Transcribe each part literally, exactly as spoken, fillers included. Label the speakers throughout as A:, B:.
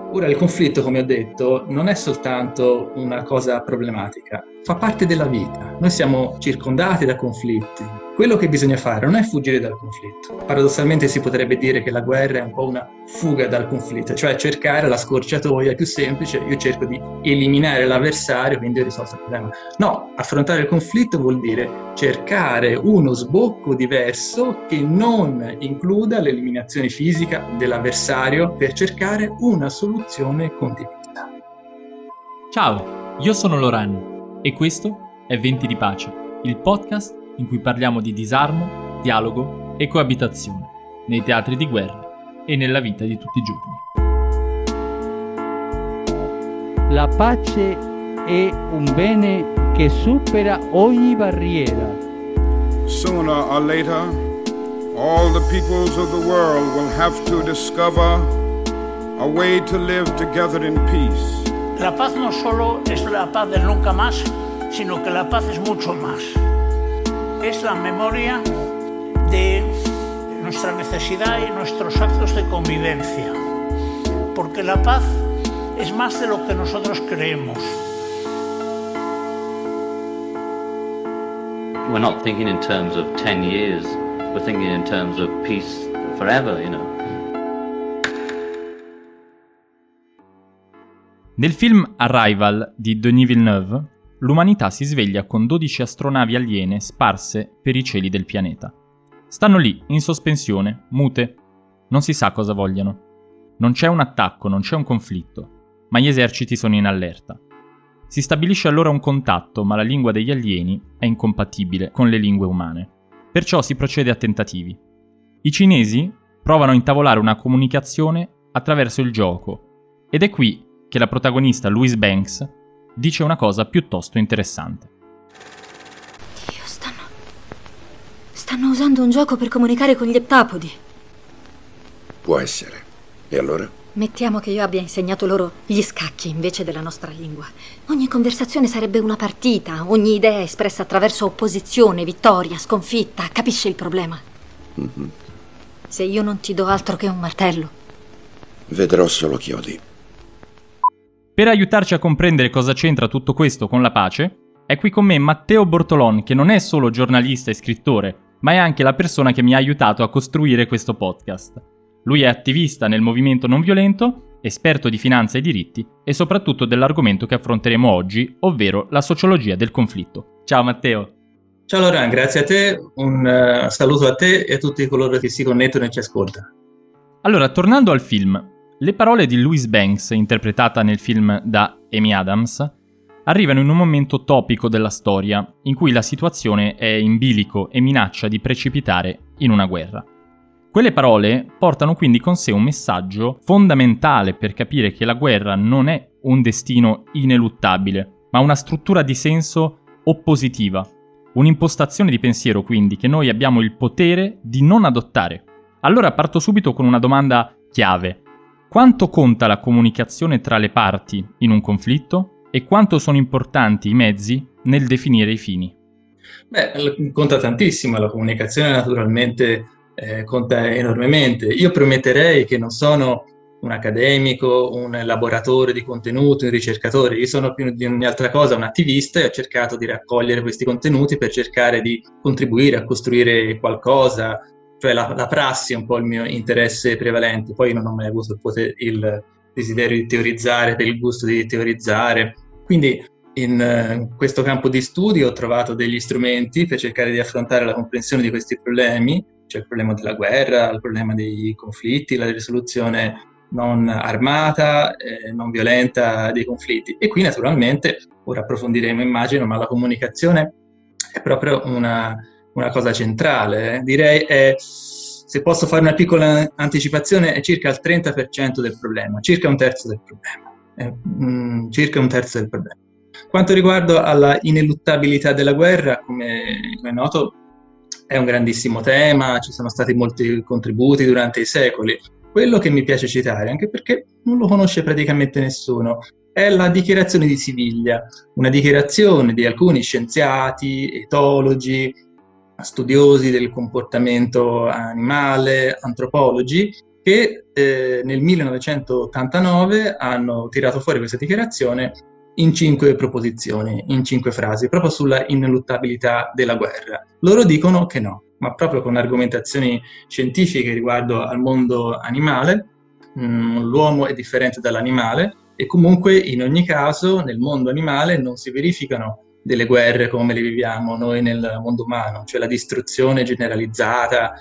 A: Ora, il conflitto, come ho detto, non è soltanto una cosa problematica, fa parte della vita. Noi siamo circondati da conflitti. Quello che bisogna fare non è fuggire dal conflitto. Paradossalmente si potrebbe dire che la guerra è un po' una fuga dal conflitto, cioè cercare la scorciatoia più semplice. Io cerco di eliminare l'avversario, quindi ho risolto il problema. No, affrontare il conflitto vuol dire cercare uno sbocco diverso che non includa l'eliminazione fisica dell'avversario per cercare una soluzione condivisa.
B: Ciao, io sono Loran e questo è Venti di Pace, il podcast in cui parliamo di disarmo, dialogo e coabitazione nei teatri di guerra e nella vita di tutti i giorni.
C: La pace è un bene che supera ogni barriera.
D: Sooner or later, all the peoples of the world will have to discover a way to live together in peace.
E: La paz no solo es la paz del nunca más, sino que la paz es mucho más. Es la memoria de nuestra necesidad y nuestros actos de convivencia. Porque la paz es más de lo que nosotros creemos.
F: We're not thinking in terms of ten years, we're thinking in terms of peace forever, you know.
B: Nel film Arrival di Denis Villeneuve, l'umanità si sveglia con dodici astronavi aliene sparse per i cieli del pianeta. Stanno lì, in sospensione, mute. Non si sa cosa vogliano. Non c'è un attacco, non c'è un conflitto, ma gli eserciti sono in allerta. Si stabilisce allora un contatto, ma la lingua degli alieni è incompatibile con le lingue umane. Perciò si procede a tentativi. I cinesi provano a intavolare una comunicazione attraverso il gioco, ed è qui che la protagonista Louise Banks dice una cosa piuttosto interessante.
G: Dio, stanno... stanno usando un gioco per comunicare con gli eptapodi.
H: Può essere. E allora?
G: Mettiamo che io abbia insegnato loro gli scacchi invece della nostra lingua. Ogni conversazione sarebbe una partita, ogni idea espressa attraverso opposizione, vittoria, sconfitta. Capisci il problema?
H: Mm-hmm.
G: Se io non ti do altro che un martello.
H: Vedrò solo chiodi.
B: Per aiutarci a comprendere cosa c'entra tutto questo con la pace, è qui con me Matteo Bortolon, che non è solo giornalista e scrittore, ma è anche la persona che mi ha aiutato a costruire questo podcast. Lui è attivista nel movimento non violento, esperto di finanza e diritti e soprattutto dell'argomento che affronteremo oggi, ovvero la sociologia del conflitto. Ciao Matteo.
A: Ciao Loran, grazie a te, un uh, saluto a te e a tutti coloro che si connettono e ci ascoltano.
B: Allora, tornando al film, le parole di Louise Banks, interpretata nel film da Amy Adams, arrivano in un momento topico della storia, in cui la situazione è in bilico e minaccia di precipitare in una guerra. Quelle parole portano quindi con sé un messaggio fondamentale per capire che la guerra non è un destino ineluttabile, ma una struttura di senso oppositiva, un'impostazione di pensiero quindi che noi abbiamo il potere di non adottare. Allora parto subito con una domanda chiave. Quanto conta la comunicazione tra le parti in un conflitto e quanto sono importanti i mezzi nel definire i fini?
A: Beh, conta tantissimo, la comunicazione naturalmente eh, conta enormemente. Io prometterei che non sono un accademico, un elaboratore di contenuti, un ricercatore, io sono più di ogni altra cosa un attivista e ho cercato di raccogliere questi contenuti per cercare di contribuire a costruire qualcosa. Cioè la, la prassi è un po' il mio interesse prevalente, poi non ho mai avuto il, potere, il desiderio di teorizzare per il gusto di teorizzare, quindi in uh, questo campo di studio ho trovato degli strumenti per cercare di affrontare la comprensione di questi problemi, cioè il problema della guerra, il problema dei conflitti, la risoluzione non armata, eh, non violenta dei conflitti. E qui naturalmente, ora approfondiremo immagino, ma la comunicazione è proprio una... una cosa centrale, eh. direi è, se posso fare una piccola anticipazione, è circa il trenta per cento del problema, circa un terzo del problema, è, mm, circa un terzo del problema. Quanto riguarda alla ineluttabilità della guerra, come, come è noto, è un grandissimo tema, ci sono stati molti contributi durante i secoli. Quello che mi piace citare, anche perché non lo conosce praticamente nessuno, è la dichiarazione di Siviglia, una dichiarazione di alcuni scienziati, etologi, studiosi del comportamento animale, antropologi, che che eh, nel millenovecentottantanove hanno tirato fuori questa dichiarazione in cinque proposizioni, in cinque frasi, proprio sulla ineluttabilità della guerra. Loro dicono che no, ma proprio con argomentazioni scientifiche riguardo al mondo animale. mh, l'uomo è differente dall'animale e comunque in ogni caso nel mondo animale non si verificano delle guerre come le viviamo noi nel mondo umano, cioè la distruzione generalizzata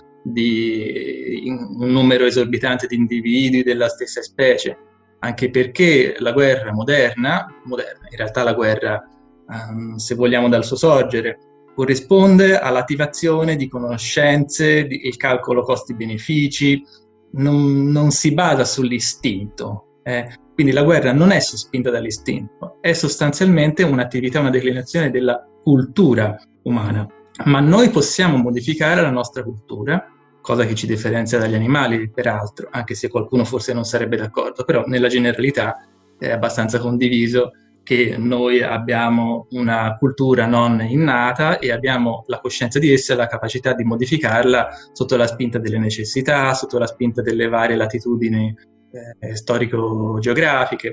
A: di un numero esorbitante di individui della stessa specie, anche perché la guerra moderna, moderna in realtà la guerra, um, se vogliamo dal suo sorgere, corrisponde all'attivazione di conoscenze, di, il calcolo costi-benefici, non, non si basa sull'istinto. Eh. Quindi la guerra non è sospinta dall'istinto, è sostanzialmente un'attività, una declinazione della cultura umana. Ma noi possiamo modificare la nostra cultura, cosa che ci differenzia dagli animali, peraltro, anche se qualcuno forse non sarebbe d'accordo, però nella generalità è abbastanza condiviso che noi abbiamo una cultura non innata e abbiamo la coscienza di essa e la capacità di modificarla sotto la spinta delle necessità, sotto la spinta delle varie latitudini eh, storico-geografiche.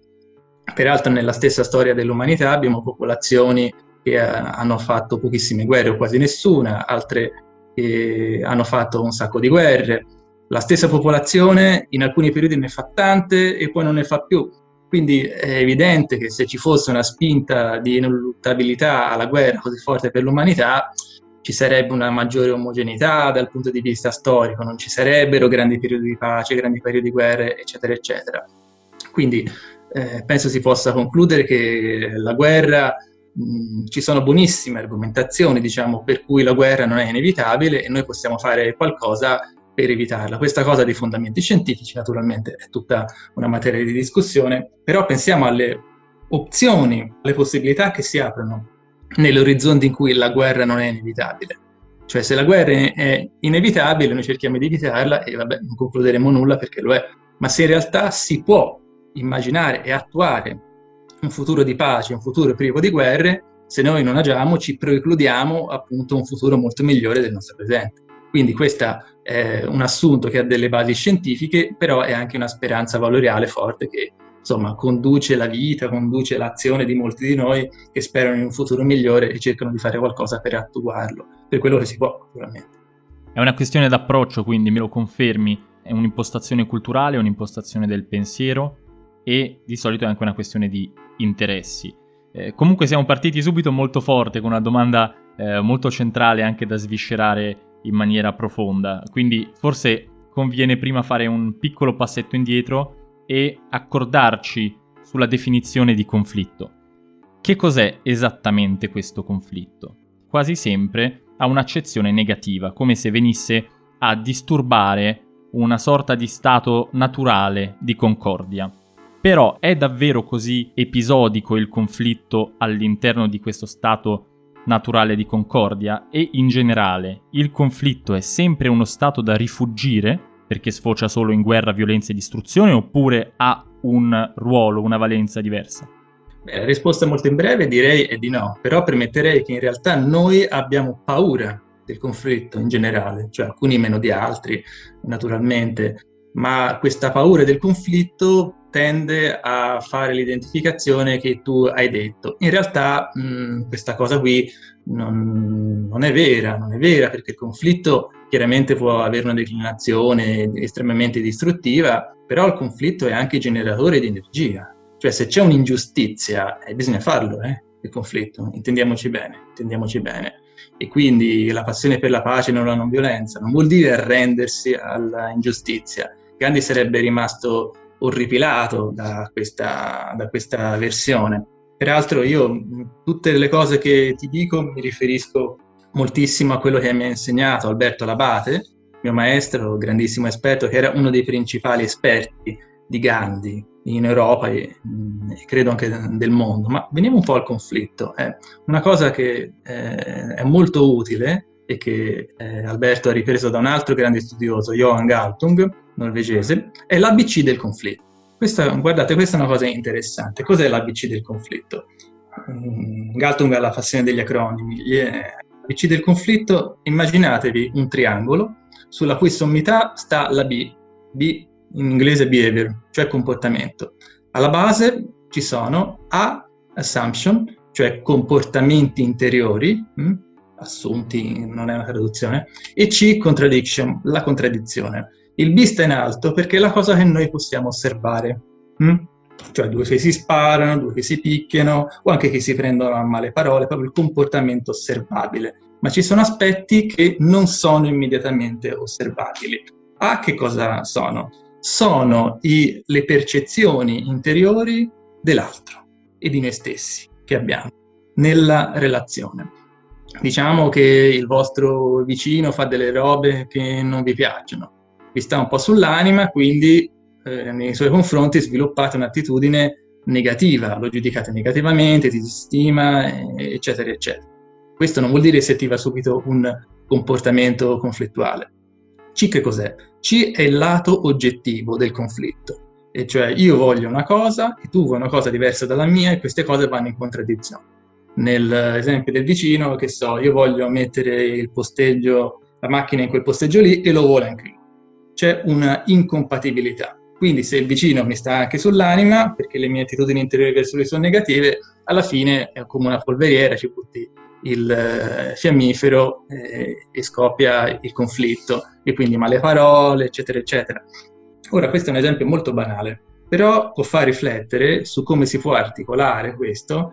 A: Peraltro nella stessa storia dell'umanità abbiamo popolazioni che eh, hanno fatto pochissime guerre o quasi nessuna, altre che hanno fatto un sacco di guerre. La stessa popolazione in alcuni periodi ne fa tante e poi non ne fa più. Quindi è evidente che se ci fosse una spinta di ineluttabilità alla guerra così forte per l'umanità, ci sarebbe una maggiore omogeneità dal punto di vista storico, non ci sarebbero grandi periodi di pace, grandi periodi di guerre, eccetera, eccetera. Quindi eh, penso si possa concludere che la guerra, mh, ci sono buonissime argomentazioni, diciamo, per cui la guerra non è inevitabile e noi possiamo fare qualcosa per evitarla. Questa cosa dei fondamenti scientifici naturalmente è tutta una materia di discussione, però pensiamo alle opzioni, alle possibilità che si aprono nell'orizzonte in cui la guerra non è inevitabile. Cioè se la guerra è inevitabile noi cerchiamo di evitarla e vabbè, non concluderemo nulla perché lo è, ma se in realtà si può immaginare e attuare un futuro di pace, un futuro privo di guerre, se noi non agiamo ci precludiamo appunto un futuro molto migliore del nostro presente. Quindi questo è un assunto che ha delle basi scientifiche, però è anche una speranza valoriale forte che insomma conduce la vita, conduce l'azione di molti di noi che sperano in un futuro migliore e cercano di fare qualcosa per attuarlo, per quello che si può, naturalmente.
B: È una questione d'approccio, quindi me lo confermi, è un'impostazione culturale, un'impostazione del pensiero e di solito è anche una questione di interessi. Eh, comunque siamo partiti subito molto forte con una domanda eh, molto centrale anche da sviscerare in maniera profonda, quindi forse conviene prima fare un piccolo passetto indietro e accordarci sulla definizione di conflitto. Che cos'è esattamente questo conflitto? Quasi sempre ha un'accezione negativa, come se venisse a disturbare una sorta di stato naturale di concordia. Però è davvero così episodico il conflitto all'interno di questo stato naturale di concordia? E in generale il conflitto è sempre uno stato da rifuggire perché sfocia solo in guerra, violenza e distruzione, oppure ha un ruolo, una valenza diversa?
A: Beh, la risposta molto in breve direi è di no, però permetterei che in realtà noi abbiamo paura del conflitto in generale, cioè alcuni meno di altri naturalmente, ma questa paura del conflitto tende a fare l'identificazione che tu hai detto. In realtà mh, questa cosa qui non, non è vera, non è vera perché il conflitto chiaramente può avere una declinazione estremamente distruttiva, però il conflitto è anche generatore di energia. Cioè se c'è un'ingiustizia eh, bisogna farlo, eh, il conflitto, intendiamoci bene, intendiamoci bene. E quindi la passione per la pace e non la non violenza non vuol dire arrendersi alla ingiustizia. Gandhi sarebbe rimasto orripilato da questa, da questa versione. Peraltro io tutte le cose che ti dico mi riferisco moltissimo a quello che mi ha insegnato Alberto Labate, mio maestro, grandissimo esperto, che era uno dei principali esperti di Gandhi in Europa e, e credo anche del mondo. Ma veniamo un po' al conflitto. Eh. Una cosa che eh, è molto utile e che eh, Alberto ha ripreso da un altro grande studioso, Johan Galtung, norvegese, è l'A B C del conflitto. Questa, guardate, questa è una cosa interessante. Cos'è l'A B C del conflitto? Um, Galtung ha la passione degli acronimi. L'A B C del conflitto, immaginatevi un triangolo sulla cui sommità sta la B B in inglese behavior, cioè comportamento. Alla base ci sono A, assumption, cioè comportamenti interiori, mh? assunti non è una traduzione, e C, contradiction, la contraddizione. Il B sta in alto perché è la cosa che noi possiamo osservare, mh? Cioè due che si sparano, due che si picchiano, o anche che si prendono a male parole, proprio il comportamento osservabile. Ma ci sono aspetti che non sono immediatamente osservabili. A che cosa sono? Sono i, le percezioni interiori dell'altro e di noi stessi che abbiamo nella relazione. Diciamo che il vostro vicino fa delle robe che non vi piacciono, vi sta un po' sull'anima, quindi eh, nei suoi confronti sviluppate un'attitudine negativa, lo giudicate negativamente, ti disistima, eh, eccetera, eccetera. Questo non vuol dire che si attiva subito un comportamento conflittuale. C che cos'è? C è il lato oggettivo del conflitto, e cioè io voglio una cosa e tu vuoi una cosa diversa dalla mia e queste cose vanno in contraddizione. Nell'esempio del vicino, che so, io voglio mettere il posteggio, la macchina in quel posteggio lì e lo vuole anche lui. C'è una incompatibilità. Quindi se il vicino mi sta anche sull'anima, perché le mie attitudini interiori verso lui sono negative, alla fine è come una polveriera, ci butti il eh, fiammifero eh, e scoppia il conflitto, e quindi male parole, eccetera, eccetera. Ora, questo è un esempio molto banale, però può far riflettere su come si può articolare questo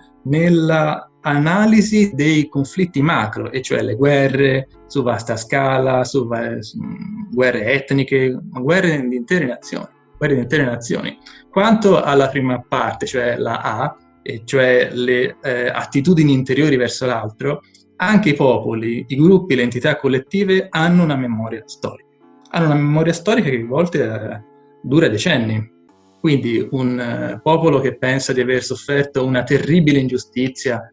A: nella analisi dei conflitti macro, e cioè le guerre su vasta scala, su, su guerre etniche, guerre di intere nazioni, guerre di intere nazioni. Quanto alla prima parte, cioè la A, e cioè le eh, attitudini interiori verso l'altro, anche i popoli, i gruppi, le entità collettive hanno una memoria storica. Hanno una memoria storica che a volte eh, dura decenni. Quindi un eh, popolo che pensa di aver sofferto una terribile ingiustizia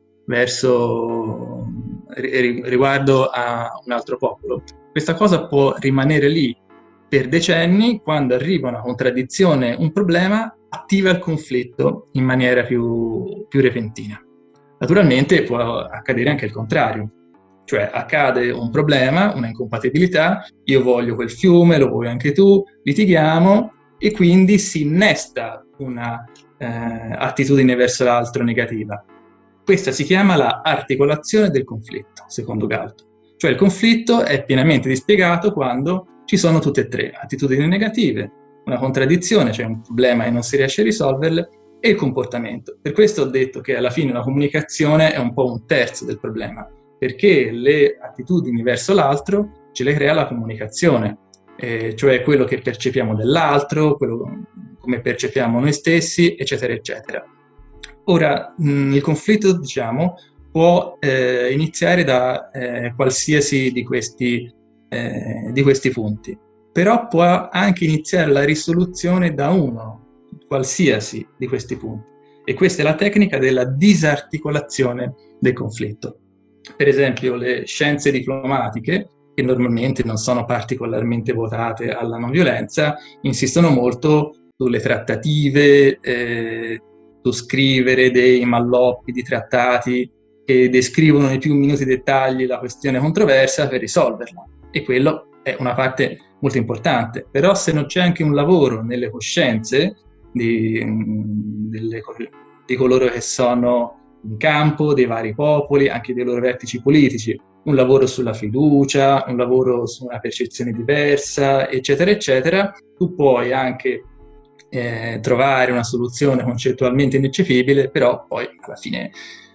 A: verso ri, riguardo a un altro popolo, questa cosa può rimanere lì per decenni. Quando arriva una contraddizione, un problema, attiva il conflitto in maniera più, più repentina. Naturalmente può accadere anche il contrario, cioè accade un problema, una incompatibilità, io voglio quel fiume, lo vuoi anche tu, litighiamo e quindi si innesta una eh, attitudine verso l'altro negativa. Questa si chiama la articolazione del conflitto, secondo Galton. Cioè il conflitto è pienamente dispiegato quando ci sono tutte e tre, attitudini negative, una contraddizione, cioè un problema e non si riesce a risolverle, e il comportamento. Per questo ho detto che alla fine la comunicazione è un po' un terzo del problema, perché le attitudini verso l'altro ce le crea la comunicazione, eh, cioè quello che percepiamo dell'altro, quello come percepiamo noi stessi, eccetera, eccetera. Ora, mh, il conflitto, diciamo, può eh, iniziare da eh, qualsiasi di questi, eh, di questi punti, però può anche iniziare la risoluzione da uno, qualsiasi di questi punti. E questa è la tecnica della disarticolazione del conflitto. Per esempio, le scienze diplomatiche, che normalmente non sono particolarmente votate alla non violenza, insistono molto sulle trattative, eh, su scrivere dei malloppi di trattati che descrivono nei più minuti dettagli la questione controversa per risolverla. E quello è una parte molto importante. Però se non c'è anche un lavoro nelle coscienze di, delle, di coloro che sono in campo, dei vari popoli, anche dei loro vertici politici, un lavoro sulla fiducia, un lavoro su una percezione diversa, eccetera, eccetera, tu puoi anche eh, trovare una soluzione concettualmente ineccepibile, però poi alla fine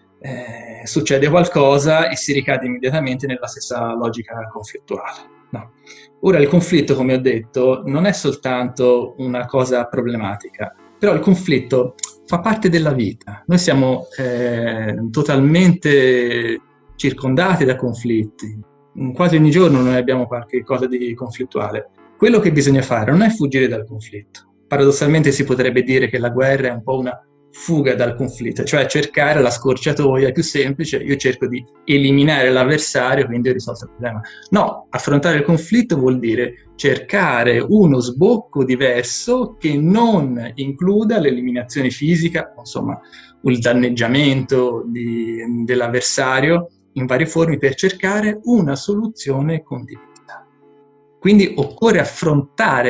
A: eh, succede qualcosa e si ricade immediatamente nella stessa logica conflittuale. No. Ora, il conflitto, come ho detto, non è soltanto una cosa problematica, però il conflitto fa parte della vita. Noi siamo eh, totalmente circondati da conflitti. Quasi ogni giorno noi abbiamo qualche cosa di conflittuale. Quello che bisogna fare non è fuggire dal conflitto. Paradossalmente si potrebbe dire che la guerra è un po' una fuga dal conflitto, cioè cercare la scorciatoia più semplice. Io cerco di eliminare l'avversario, quindi ho risolto il problema. No, affrontare il conflitto vuol dire cercare uno sbocco diverso che non includa l'eliminazione fisica, insomma, il danneggiamento di, dell'avversario in varie forme, per cercare una soluzione condivisa. Quindi occorre affrontare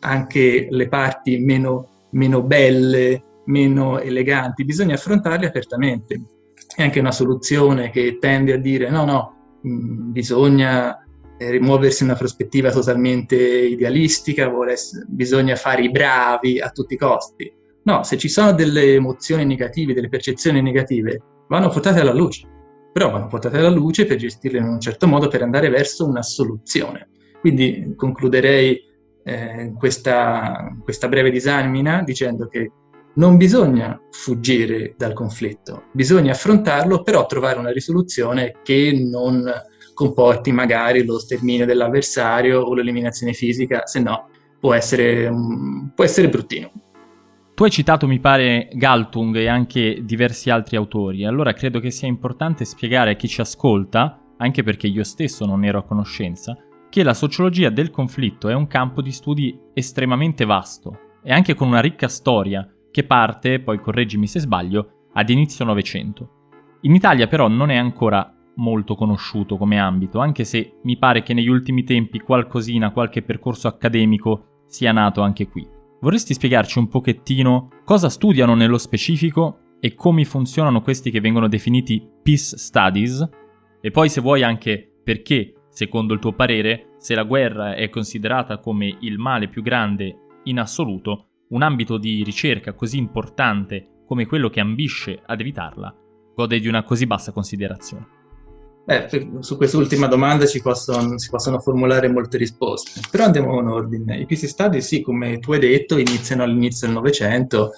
A: anche le parti meno, meno belle, meno eleganti, bisogna affrontarle apertamente. È anche una soluzione che tende a dire no, no, mh, bisogna eh, rimuoversi una prospettiva totalmente idealistica, vuole essere, bisogna fare i bravi a tutti i costi. No, se ci sono delle emozioni negative, delle percezioni negative, vanno portate alla luce, però vanno portate alla luce per gestirle in un certo modo, per andare verso una soluzione. Quindi concluderei eh, questa, questa breve disamina dicendo che non bisogna fuggire dal conflitto, bisogna affrontarlo, però trovare una risoluzione che non comporti magari lo sterminio dell'avversario o l'eliminazione fisica, se no può essere, um, può essere bruttino.
B: Tu hai citato, mi pare, Galtung e anche diversi altri autori, allora credo che sia importante spiegare a chi ci ascolta, anche perché io stesso non ero a conoscenza, che la sociologia del conflitto è un campo di studi estremamente vasto e anche con una ricca storia che parte, poi correggimi se sbaglio, ad inizio Novecento. In Italia però non è ancora molto conosciuto come ambito, anche se mi pare che negli ultimi tempi qualcosina, qualche percorso accademico sia nato anche qui. Vorresti spiegarci un pochettino cosa studiano nello specifico e come funzionano questi che vengono definiti peace studies? E poi, se vuoi, anche perché, secondo il tuo parere, se la guerra è considerata come il male più grande in assoluto, un ambito di ricerca così importante come quello che ambisce ad evitarla gode di una così bassa considerazione.
A: Beh, su quest'ultima domanda ci possono, si possono formulare molte risposte, però andiamo in ordine. I peace studies, sì, come tu hai detto, iniziano all'inizio del Novecento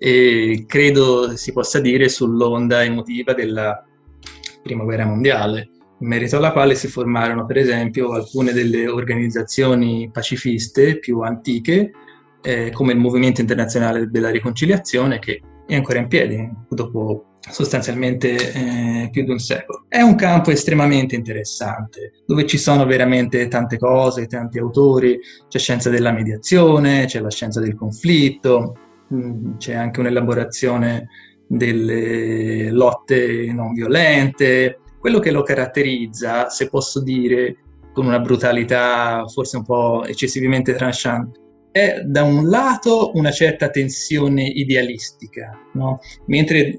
A: e credo si possa dire sull'onda emotiva della Prima Guerra Mondiale, in merito alla quale si formarono, per esempio, alcune delle organizzazioni pacifiste più antiche, eh, come il Movimento Internazionale della Riconciliazione, che è ancora in piedi dopo sostanzialmente eh, più di un secolo. È un campo estremamente interessante, dove ci sono veramente tante cose, tanti autori, c'è scienza della mediazione, c'è la scienza del conflitto, mh, c'è anche un'elaborazione delle lotte non violente. Quello che lo caratterizza, se posso dire con una brutalità forse un po' eccessivamente tranchant, è da un lato una certa tensione idealistica, no? Mentre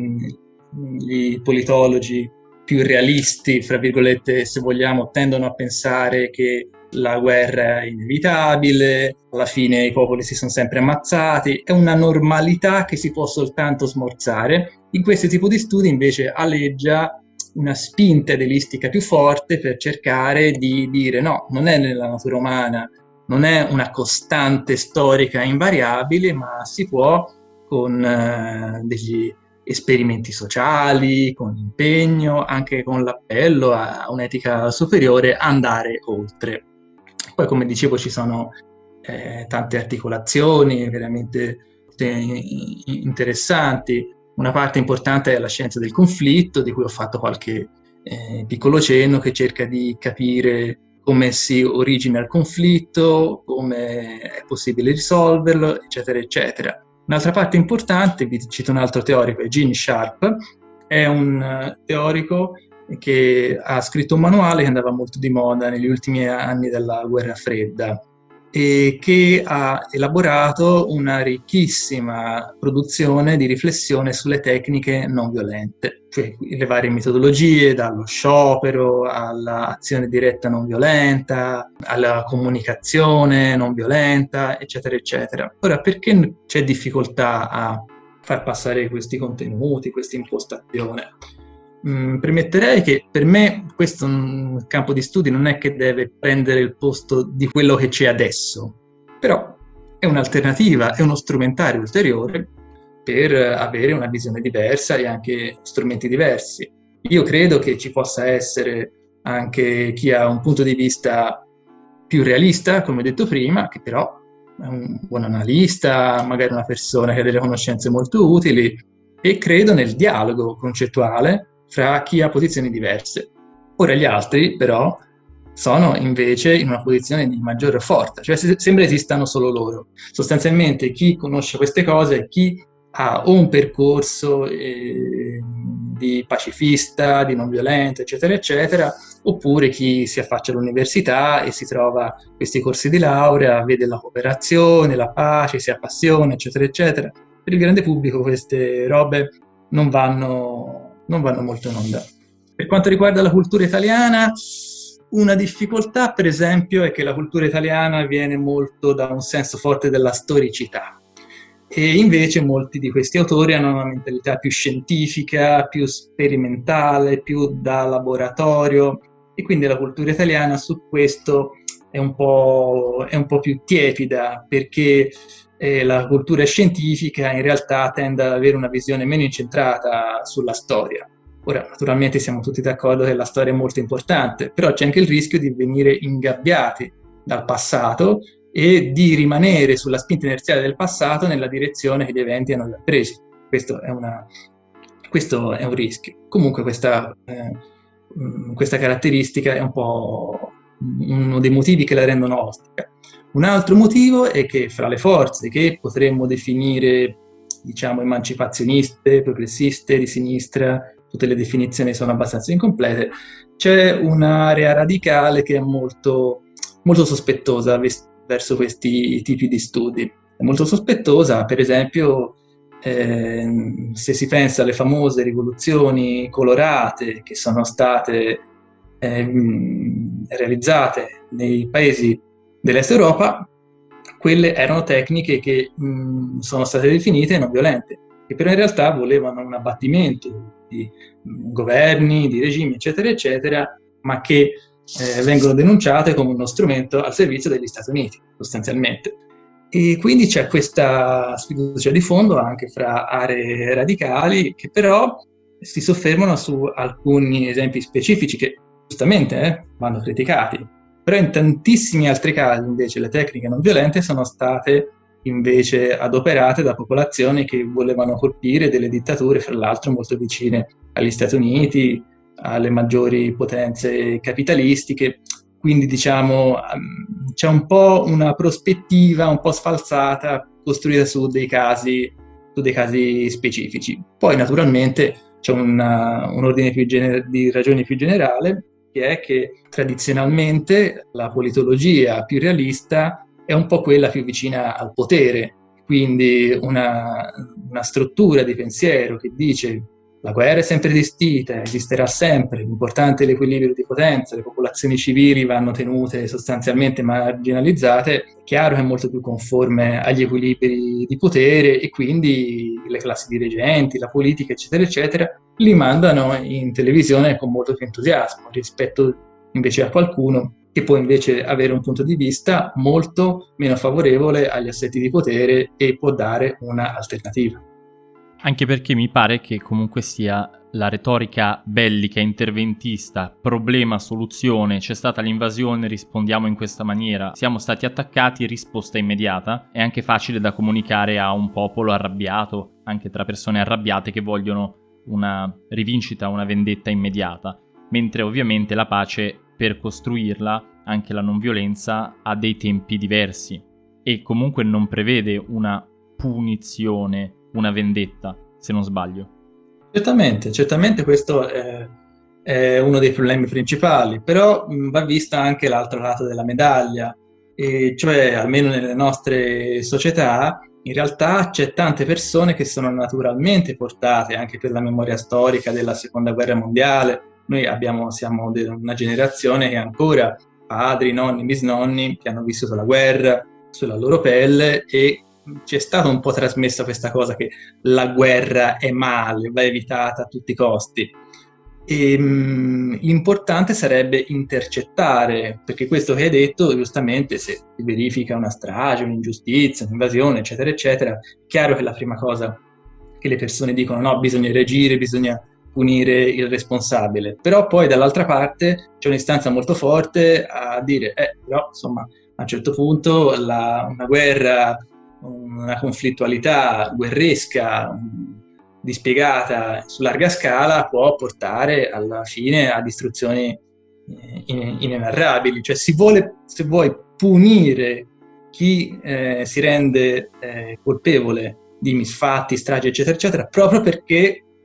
A: mh, gli politologi più realisti, fra virgolette, se vogliamo, tendono a pensare che la guerra è inevitabile, alla fine i popoli si sono sempre ammazzati, è una normalità che si può soltanto smorzare. In questo tipo di studi invece aleggia una spinta idealistica più forte per cercare di dire no, non è nella natura umana, non è una costante storica invariabile, ma si può con eh, degli esperimenti sociali, con l'impegno, anche con l'appello a un'etica superiore, andare oltre. Poi, come dicevo, ci sono eh, tante articolazioni veramente interessanti. Una parte importante è la scienza del conflitto, di cui ho fatto qualche eh, piccolo cenno, che cerca di capire come si origina il conflitto, come è possibile risolverlo, eccetera, eccetera. Un'altra parte importante, vi cito un altro teorico, è Gene Sharp, è un teorico che ha scritto un manuale che andava molto di moda negli ultimi anni della guerra fredda e che ha elaborato una ricchissima produzione di riflessione sulle tecniche non violente, cioè le varie metodologie, dallo sciopero all'azione diretta non violenta, alla comunicazione non violenta, eccetera, eccetera. Ora, perché c'è difficoltà a far passare questi contenuti, questa impostazione? Mm, premetterei che per me questo un campo di studi non è che deve prendere il posto di quello che c'è adesso, però è un'alternativa, è uno strumentario ulteriore per avere una visione diversa e anche strumenti diversi. Io credo che ci possa essere anche chi ha un punto di vista più realista, come ho detto prima, che però è un buon analista, magari una persona che ha delle conoscenze molto utili, e credo nel dialogo concettuale fra chi ha posizioni diverse. Ora gli altri però sono invece in una posizione di maggiore forza, cioè se, sembra esistano solo loro. Sostanzialmente chi conosce queste cose è chi ha o un percorso eh, di pacifista, di non violento, eccetera, eccetera, oppure chi si affaccia all'università e si trova questi corsi di laurea, vede la cooperazione, la pace, si appassiona, eccetera, eccetera. Per il grande pubblico queste robe non vanno, non vanno molto in onda. Per quanto riguarda la cultura italiana, una difficoltà, per esempio, è che la cultura italiana viene molto da un senso forte della storicità. E invece molti di questi autori hanno una mentalità più scientifica, più sperimentale, più da laboratorio, e quindi la cultura italiana su questo è un po', è un po' più tiepida, perché eh, la cultura scientifica in realtà tende ad avere una visione meno incentrata sulla storia. Ora, naturalmente siamo tutti d'accordo che la storia è molto importante, però c'è anche il rischio di venire ingabbiati dal passato e di rimanere sulla spinta inerziale del passato nella direzione che gli eventi hanno già preso. Questo è, una, questo è un rischio. Comunque questa, eh, questa caratteristica è un po' uno dei motivi che la rendono ostica. Un altro motivo è che fra le forze che potremmo definire, diciamo, emancipazioniste, progressiste, di sinistra, tutte le definizioni sono abbastanza incomplete, c'è un'area radicale che è molto, molto sospettosa verso questi tipi di studi. È molto sospettosa, per esempio, eh, se si pensa alle famose rivoluzioni colorate che sono state eh, realizzate nei paesi dell'Est Europa, quelle erano tecniche che mh, sono state definite non violente, che però in realtà volevano un abbattimento di governi, di regimi, eccetera, eccetera, ma che eh, vengono denunciate come uno strumento al servizio degli Stati Uniti, sostanzialmente. E quindi c'è questa sfiducia di fondo anche fra aree radicali che però si soffermano su alcuni esempi specifici che giustamente eh, vanno criticati, però in tantissimi altri casi invece le tecniche non violente sono state invece adoperate da popolazioni che volevano colpire delle dittature, fra l'altro molto vicine agli Stati Uniti, alle maggiori potenze capitalistiche. Quindi diciamo c'è un po' una prospettiva un po' sfalsata costruita su dei casi, su dei casi specifici. Poi naturalmente c'è una, un ordine più gener- di ragioni più generale, che è che tradizionalmente la politologia più realista è un po' quella più vicina al potere, quindi una, una struttura di pensiero che dice la guerra è sempre esistita, esisterà sempre, l'importante è l'equilibrio di potenza, le popolazioni civili vanno tenute sostanzialmente marginalizzate, è chiaro che è molto più conforme agli equilibri di potere e quindi le classi dirigenti, la politica, eccetera, eccetera, li mandano in televisione con molto più entusiasmo rispetto invece a qualcuno che può invece avere un punto di vista molto meno favorevole agli assetti di potere e può dare una alternativa.
B: Anche perché mi pare che comunque sia la retorica bellica, interventista, problema-soluzione, c'è stata l'invasione, rispondiamo in questa maniera, siamo stati attaccati, risposta immediata, è anche facile da comunicare a un popolo arrabbiato, anche tra persone arrabbiate che vogliono una rivincita, una vendetta immediata, mentre ovviamente la pace, per costruirla, anche la non violenza, ha dei tempi diversi e comunque non prevede una punizione, una vendetta, se non sbaglio.
A: Certamente, certamente questo è, è uno dei problemi principali, però mh, va vista anche l'altro lato della medaglia, e cioè almeno nelle nostre società in realtà c'è tante persone che sono naturalmente portate anche per la memoria storica della seconda guerra mondiale. Noi abbiamo, siamo de- una generazione che ancora padri, nonni, bisnonni che hanno vissuto la guerra sulla loro pelle e ci è stata un po' trasmessa questa cosa che la guerra è male, va evitata a tutti i costi. E, mh, l'importante sarebbe intercettare, perché questo che hai detto, giustamente, se si verifica una strage, un'ingiustizia, un'invasione, eccetera, eccetera, è chiaro che la prima cosa che le persone dicono no, bisogna reagire, bisogna punire il responsabile. Però poi dall'altra parte c'è un'istanza molto forte a dire, eh, però insomma, a un certo punto la, una guerra, una conflittualità guerresca dispiegata su larga scala può portare alla fine a distruzioni inenarrabili. Cioè si vuole, se vuoi, punire chi eh, si rende eh, colpevole di misfatti, stragi, eccetera, eccetera, proprio perché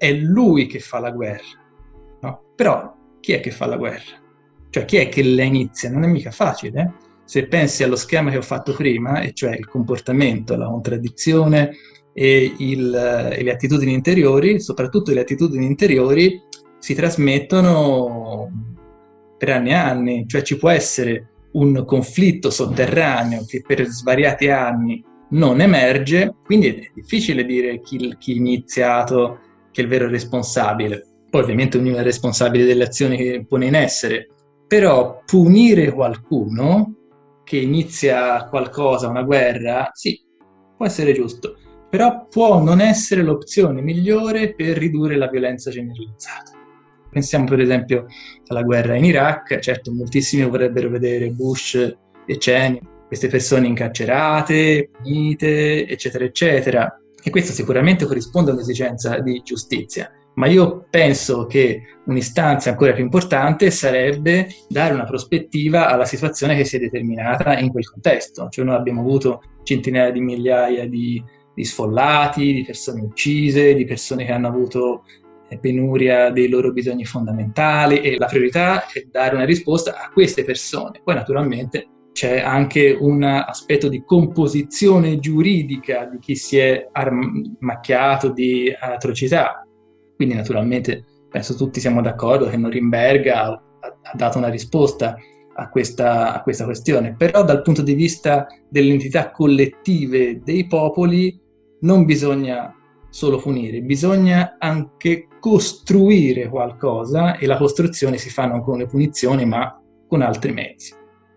A: è lui che fa la guerra, no? Però chi è che fa la guerra? Cioè chi è che la inizia? Non è mica facile, eh? Se pensi allo schema che ho fatto prima, e cioè il comportamento, la contraddizione e, il, e le attitudini interiori, soprattutto le attitudini interiori si trasmettono per anni e anni, cioè ci può essere un conflitto sotterraneo che per svariati anni non emerge, quindi è difficile dire chi, chi è iniziato, chi è il vero responsabile. Poi ovviamente ognuno è responsabile delle azioni che pone in essere, però punire qualcuno che inizia qualcosa, una guerra, sì, può essere giusto, però può non essere l'opzione migliore per ridurre la violenza generalizzata. Pensiamo per esempio alla guerra in Iraq, certo moltissimi vorrebbero vedere Bush e Cheney, queste persone incarcerate, punite, eccetera, eccetera, e questo sicuramente corrisponde a un'esigenza di giustizia. Ma io penso che un'istanza ancora più importante sarebbe dare una prospettiva alla situazione che si è determinata in quel contesto. Cioè noi abbiamo avuto centinaia di migliaia di, di sfollati, di persone uccise, di persone che hanno avuto penuria dei loro bisogni fondamentali, e la priorità è dare una risposta a queste persone. Poi naturalmente c'è anche un aspetto di composizione giuridica di chi si è arm- macchiato di atrocità. Quindi naturalmente penso tutti siamo d'accordo che Norimberga ha, ha dato una risposta a questa, a questa questione, però dal punto di vista delle entità collettive dei popoli non bisogna solo punire, bisogna anche costruire qualcosa, e la costruzione si fa non con le punizioni ma con altri mezzi.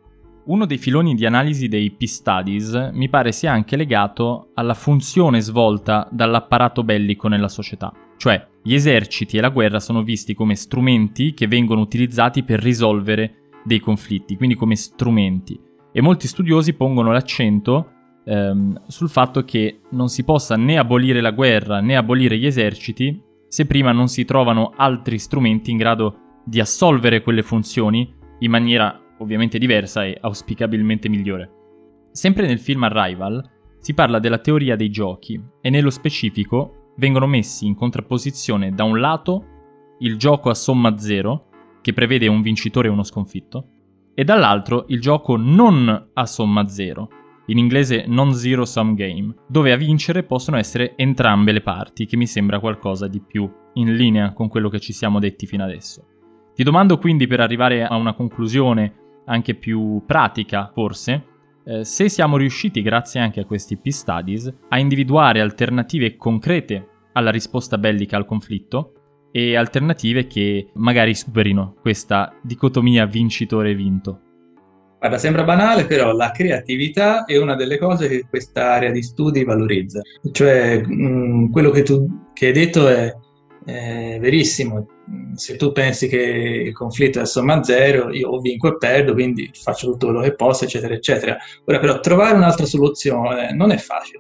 B: Uno dei filoni di analisi dei Peace Studies mi pare sia anche legato alla funzione svolta dall'apparato bellico nella società. Cioè, gli eserciti e la guerra sono visti come strumenti che vengono utilizzati per risolvere dei conflitti, quindi come strumenti. E molti studiosi pongono l'accento ehm, sul fatto che non si possa né abolire la guerra né abolire gli eserciti se prima non si trovano altri strumenti in grado di assolvere quelle funzioni in maniera ovviamente diversa e auspicabilmente migliore. Sempre nel film Arrival si parla della teoria dei giochi e nello specifico vengono messi in contrapposizione da un lato il gioco a somma zero, che prevede un vincitore e uno sconfitto, e dall'altro il gioco non a somma zero, in inglese non-zero sum game, dove a vincere possono essere entrambe le parti, che mi sembra qualcosa di più in linea con quello che ci siamo detti fino adesso. Ti domando quindi, per arrivare a una conclusione anche più pratica forse, eh, se siamo riusciti, grazie anche a questi Peace Studies, a individuare alternative concrete alla risposta bellica al conflitto e alternative che magari superino questa dicotomia vincitore-vinto.
A: Guarda, sembra banale, però la creatività è una delle cose che questa area di studi valorizza. Cioè, mh, quello che tu che hai detto è, è verissimo. Se tu pensi che il conflitto è a somma zero, io o vinco e perdo, quindi faccio tutto quello che posso, eccetera, eccetera. Ora, però, trovare un'altra soluzione non è facile,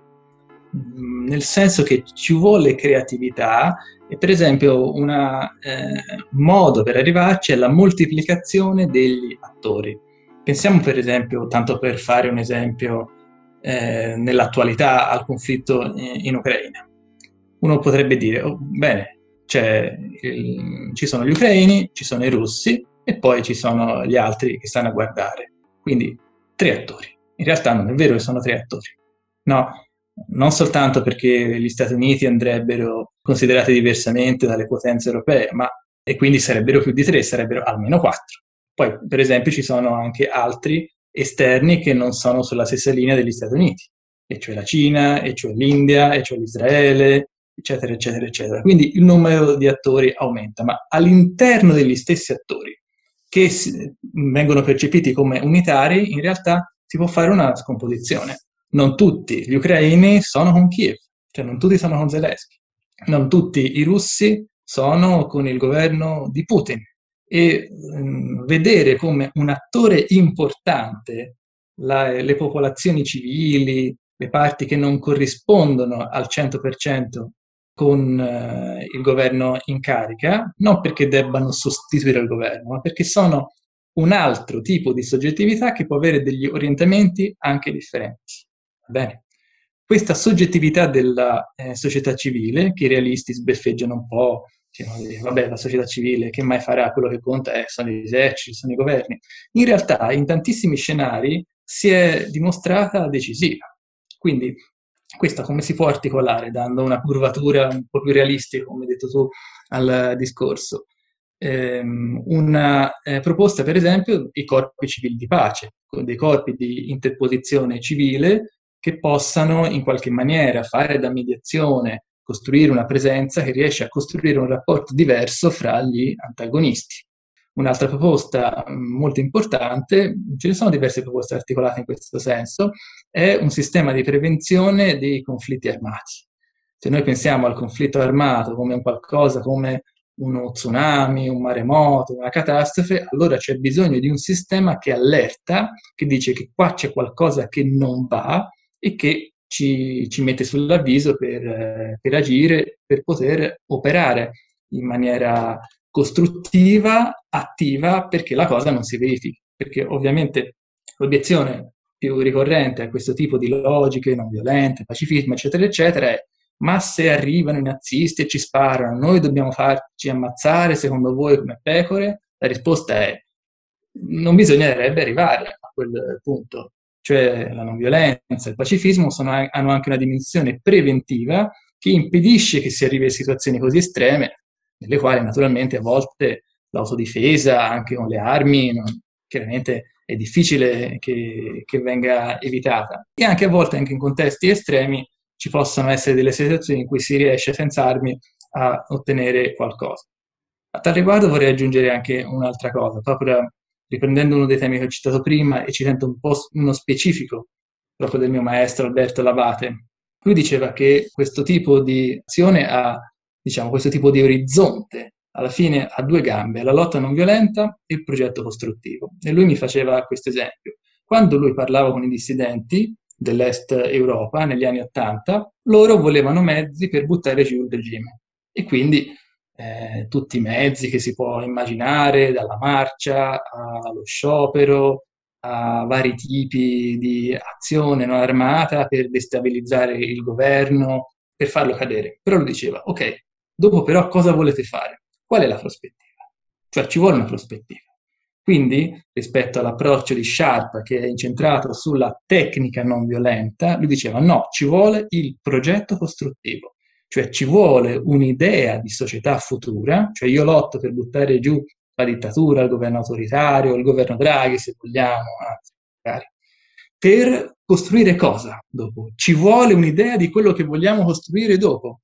A: nel senso che ci vuole creatività, e per esempio un eh, modo per arrivarci è la moltiplicazione degli attori. Pensiamo per esempio, tanto per fare un esempio eh, nell'attualità, al conflitto in, in Ucraina. Uno potrebbe dire, oh, bene, c'è il, ci sono gli ucraini, ci sono i russi e poi ci sono gli altri che stanno a guardare. Quindi tre attori. In realtà non è vero che sono tre attori. No, non soltanto perché gli Stati Uniti andrebbero considerati diversamente dalle potenze europee, ma e quindi sarebbero più di tre, sarebbero almeno quattro. Poi, per esempio, ci sono anche altri esterni che non sono sulla stessa linea degli Stati Uniti, e cioè la Cina, e cioè l'India, e cioè l'Israele, eccetera, eccetera, eccetera. Quindi il numero di attori aumenta, ma all'interno degli stessi attori, che si, vengono percepiti come unitari, in realtà si può fare una scomposizione. Non tutti gli ucraini sono con Kiev, cioè non tutti sono con Zelensky, non tutti i russi sono con il governo di Putin, e um, vedere come un attore importante la, le popolazioni civili, le parti che non corrispondono al cento per cento con uh, il governo in carica, non perché debbano sostituire il governo, ma perché sono un altro tipo di soggettività che può avere degli orientamenti anche differenti. Bene. questa soggettività della eh, società civile, che i realisti sbeffeggiano un po', dicendo, vabbè, la società civile che mai farà, quello che conta è, sono gli eserciti, sono i governi. In realtà in tantissimi scenari si è dimostrata decisiva. Quindi questa come si può articolare, dando una curvatura un po' più realistica, come hai detto tu, al discorso? Ehm, una eh, proposta, per esempio, i corpi civili di pace, con dei corpi di interposizione civile che possano in qualche maniera fare da mediazione, costruire una presenza che riesce a costruire un rapporto diverso fra gli antagonisti. Un'altra proposta molto importante, ce ne sono diverse proposte articolate in questo senso, è un sistema di prevenzione dei conflitti armati. Se noi pensiamo al conflitto armato come un qualcosa come uno tsunami, un maremoto, una catastrofe, allora c'è bisogno di un sistema che allerta, che dice che qua c'è qualcosa che non va e che ci, ci mette sull'avviso per, per agire, per poter operare in maniera costruttiva, attiva, perché la cosa non si verifichi. Perché ovviamente l'obiezione più ricorrente a questo tipo di logiche non violente, pacifismo, eccetera, eccetera, è: ma se arrivano i nazisti e ci sparano, noi dobbiamo farci ammazzare secondo voi come pecore? La risposta è: non bisognerebbe arrivare a quel punto. Cioè la non violenza e il pacifismo sono, hanno anche una dimensione preventiva che impedisce che si arrivi a situazioni così estreme, nelle quali naturalmente a volte l'autodifesa, anche con le armi, non, chiaramente è difficile che, che venga evitata. E anche a volte, anche in contesti estremi, ci possono essere delle situazioni in cui si riesce senza armi a ottenere qualcosa. A tal riguardo vorrei aggiungere anche un'altra cosa, proprio riprendendo uno dei temi che ho citato prima e citando un po' uno specifico proprio del mio maestro Alberto Labate. Lui diceva che questo tipo di azione ha, diciamo, questo tipo di orizzonte, alla fine ha due gambe, la lotta non violenta e il progetto costruttivo. E lui mi faceva questo esempio. Quando lui parlava con i dissidenti dell'Est Europa negli anni Ottanta, loro volevano mezzi per buttare giù il regime. E quindi eh, tutti i mezzi che si può immaginare, dalla marcia allo sciopero, a vari tipi di azione non armata per destabilizzare il governo, per farlo cadere. Però lui diceva: ok, dopo però cosa volete fare? Qual è la prospettiva? Cioè ci vuole una prospettiva. Quindi, rispetto all'approccio di Sharp, che è incentrato sulla tecnica non violenta, lui diceva: no, ci vuole il progetto costruttivo. Cioè ci vuole un'idea di società futura, cioè io lotto per buttare giù la dittatura, il governo autoritario, il governo Draghi, se vogliamo, anzi, magari. Per costruire cosa dopo? Ci vuole un'idea di quello che vogliamo costruire dopo.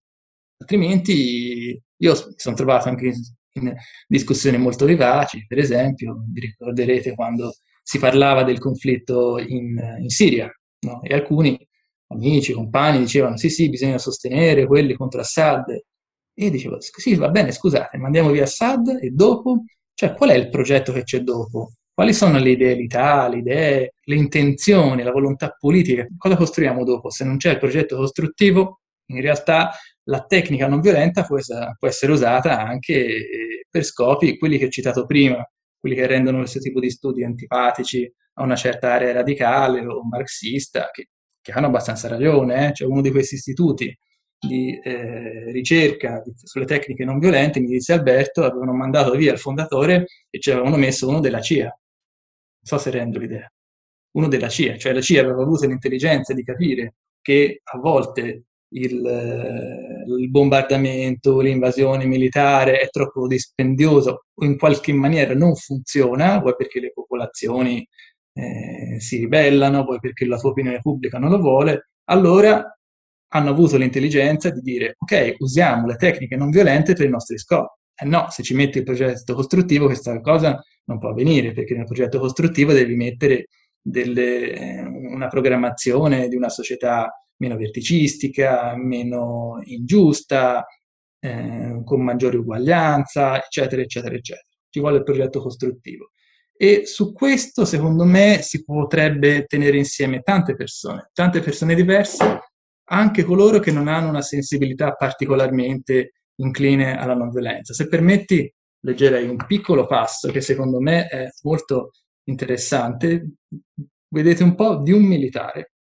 A: Altrimenti io mi sono trovato anche in, in discussioni molto vivaci, per esempio, vi ricorderete quando si parlava del conflitto in, in Siria, no? E alcuni amici, compagni dicevano: sì, sì, bisogna sostenere quelli contro Assad. E io dicevo: sì, va bene, scusate, mandiamo via Assad e dopo? Cioè, qual è il progetto che c'è dopo? Quali sono le idealità, le idee, le intenzioni, la volontà politica? Cosa costruiamo dopo? Se non c'è il progetto costruttivo, in realtà la tecnica non violenta può essere, può essere usata anche per scopi, quelli che ho citato prima, quelli che rendono questo tipo di studi antipatici a una certa area radicale o marxista, che, che hanno abbastanza ragione. Eh? Cioè uno di questi istituti di eh, ricerca di, sulle tecniche non violente, mi disse Alberto, avevano mandato via il fondatore e ci avevano messo uno della C I A. Non so se rendo l'idea. Uno della C I A, cioè la C I A aveva avuto l'intelligenza di capire che a volte il, eh, il bombardamento, l'invasione militare è troppo dispendioso o in qualche maniera non funziona, vuoi perché le popolazioni eh, si ribellano, vuoi perché la tua opinione pubblica non lo vuole, allora hanno avuto l'intelligenza di dire: ok, usiamo le tecniche non violente per i nostri scopi. Eh no, se ci metti il progetto costruttivo questa cosa non può avvenire, perché nel progetto costruttivo devi mettere delle, una programmazione di una società meno verticistica, meno ingiusta, eh, con maggiore uguaglianza, eccetera, eccetera, eccetera. Ci vuole il progetto costruttivo. E su questo, secondo me, si potrebbe tenere insieme tante persone, tante persone diverse, anche coloro che non hanno una sensibilità particolarmente incline alla non violenza. Se permetti, leggerei un piccolo passo che secondo me è molto interessante. Vedete un po' di un militare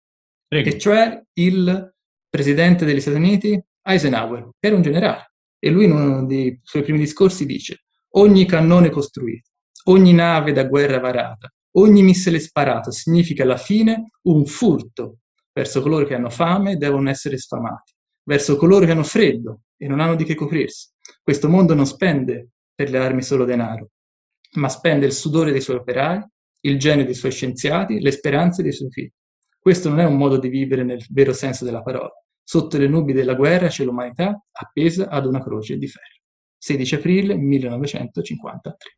B: Prego.
A: E cioè il presidente degli Stati Uniti, Eisenhower, che era un generale, e lui in uno dei suoi primi discorsi dice: ogni cannone costruito, ogni nave da guerra varata, ogni missile sparato significa alla fine un furto verso coloro che hanno fame e devono essere sfamati, verso coloro che hanno freddo e non hanno di che coprirsi. Questo mondo non spende per le armi solo denaro, ma spende il sudore dei suoi operai, il genio dei suoi scienziati, le speranze dei suoi figli. Questo non è un modo di vivere nel vero senso della parola. Sotto le nubi della guerra c'è l'umanità appesa ad una croce di ferro. sedici aprile millenovecentocinquantatré.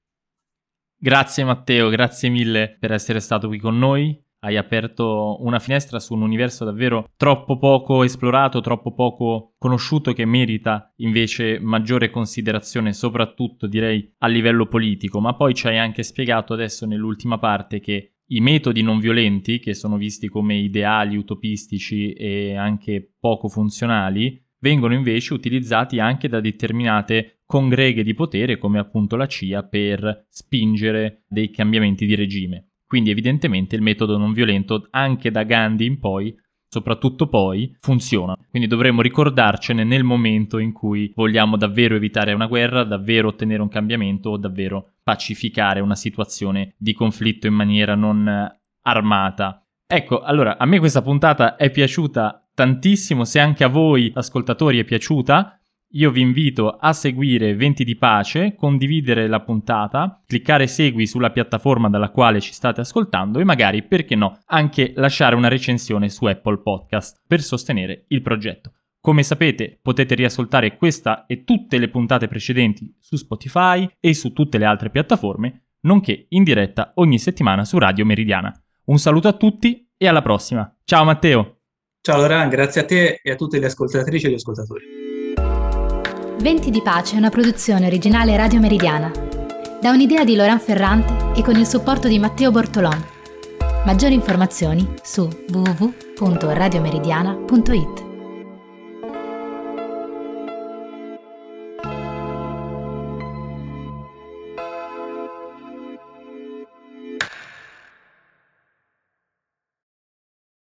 B: Grazie Matteo, grazie mille per essere stato qui con noi. Hai aperto una finestra su un universo davvero troppo poco esplorato, troppo poco conosciuto, che merita invece maggiore considerazione, soprattutto direi a livello politico. Ma poi ci hai anche spiegato adesso nell'ultima parte che i metodi non violenti, che sono visti come ideali, utopistici e anche poco funzionali, vengono invece utilizzati anche da determinate congreghe di potere, come appunto la C I A, per spingere dei cambiamenti di regime. Quindi evidentemente il metodo non violento, anche da Gandhi in poi, soprattutto poi, funziona. Quindi dovremmo ricordarcene nel momento in cui vogliamo davvero evitare una guerra, davvero ottenere un cambiamento o davvero pacificare una situazione di conflitto in maniera non armata. Ecco, allora, a me questa puntata è piaciuta tantissimo. Se anche a voi, ascoltatori, è piaciuta, io vi invito a seguire Venti di Pace, condividere la puntata, cliccare segui sulla piattaforma dalla quale ci state ascoltando e magari, perché no, anche lasciare una recensione su Apple Podcast per sostenere il progetto. Come sapete, potete riascoltare questa e tutte le puntate precedenti su Spotify e su tutte le altre piattaforme, nonché in diretta ogni settimana su Radio Meridiana. Un saluto a tutti e alla prossima. Ciao Matteo!
A: Ciao Laurent, grazie a te e a tutte le ascoltatrici e gli ascoltatori.
I: Venti di Pace è una produzione originale Radio Meridiana, da un'idea di Laurent Ferrante e con il supporto di Matteo Bortolon. Maggiori informazioni su w w w punto radiomeridiana punto it.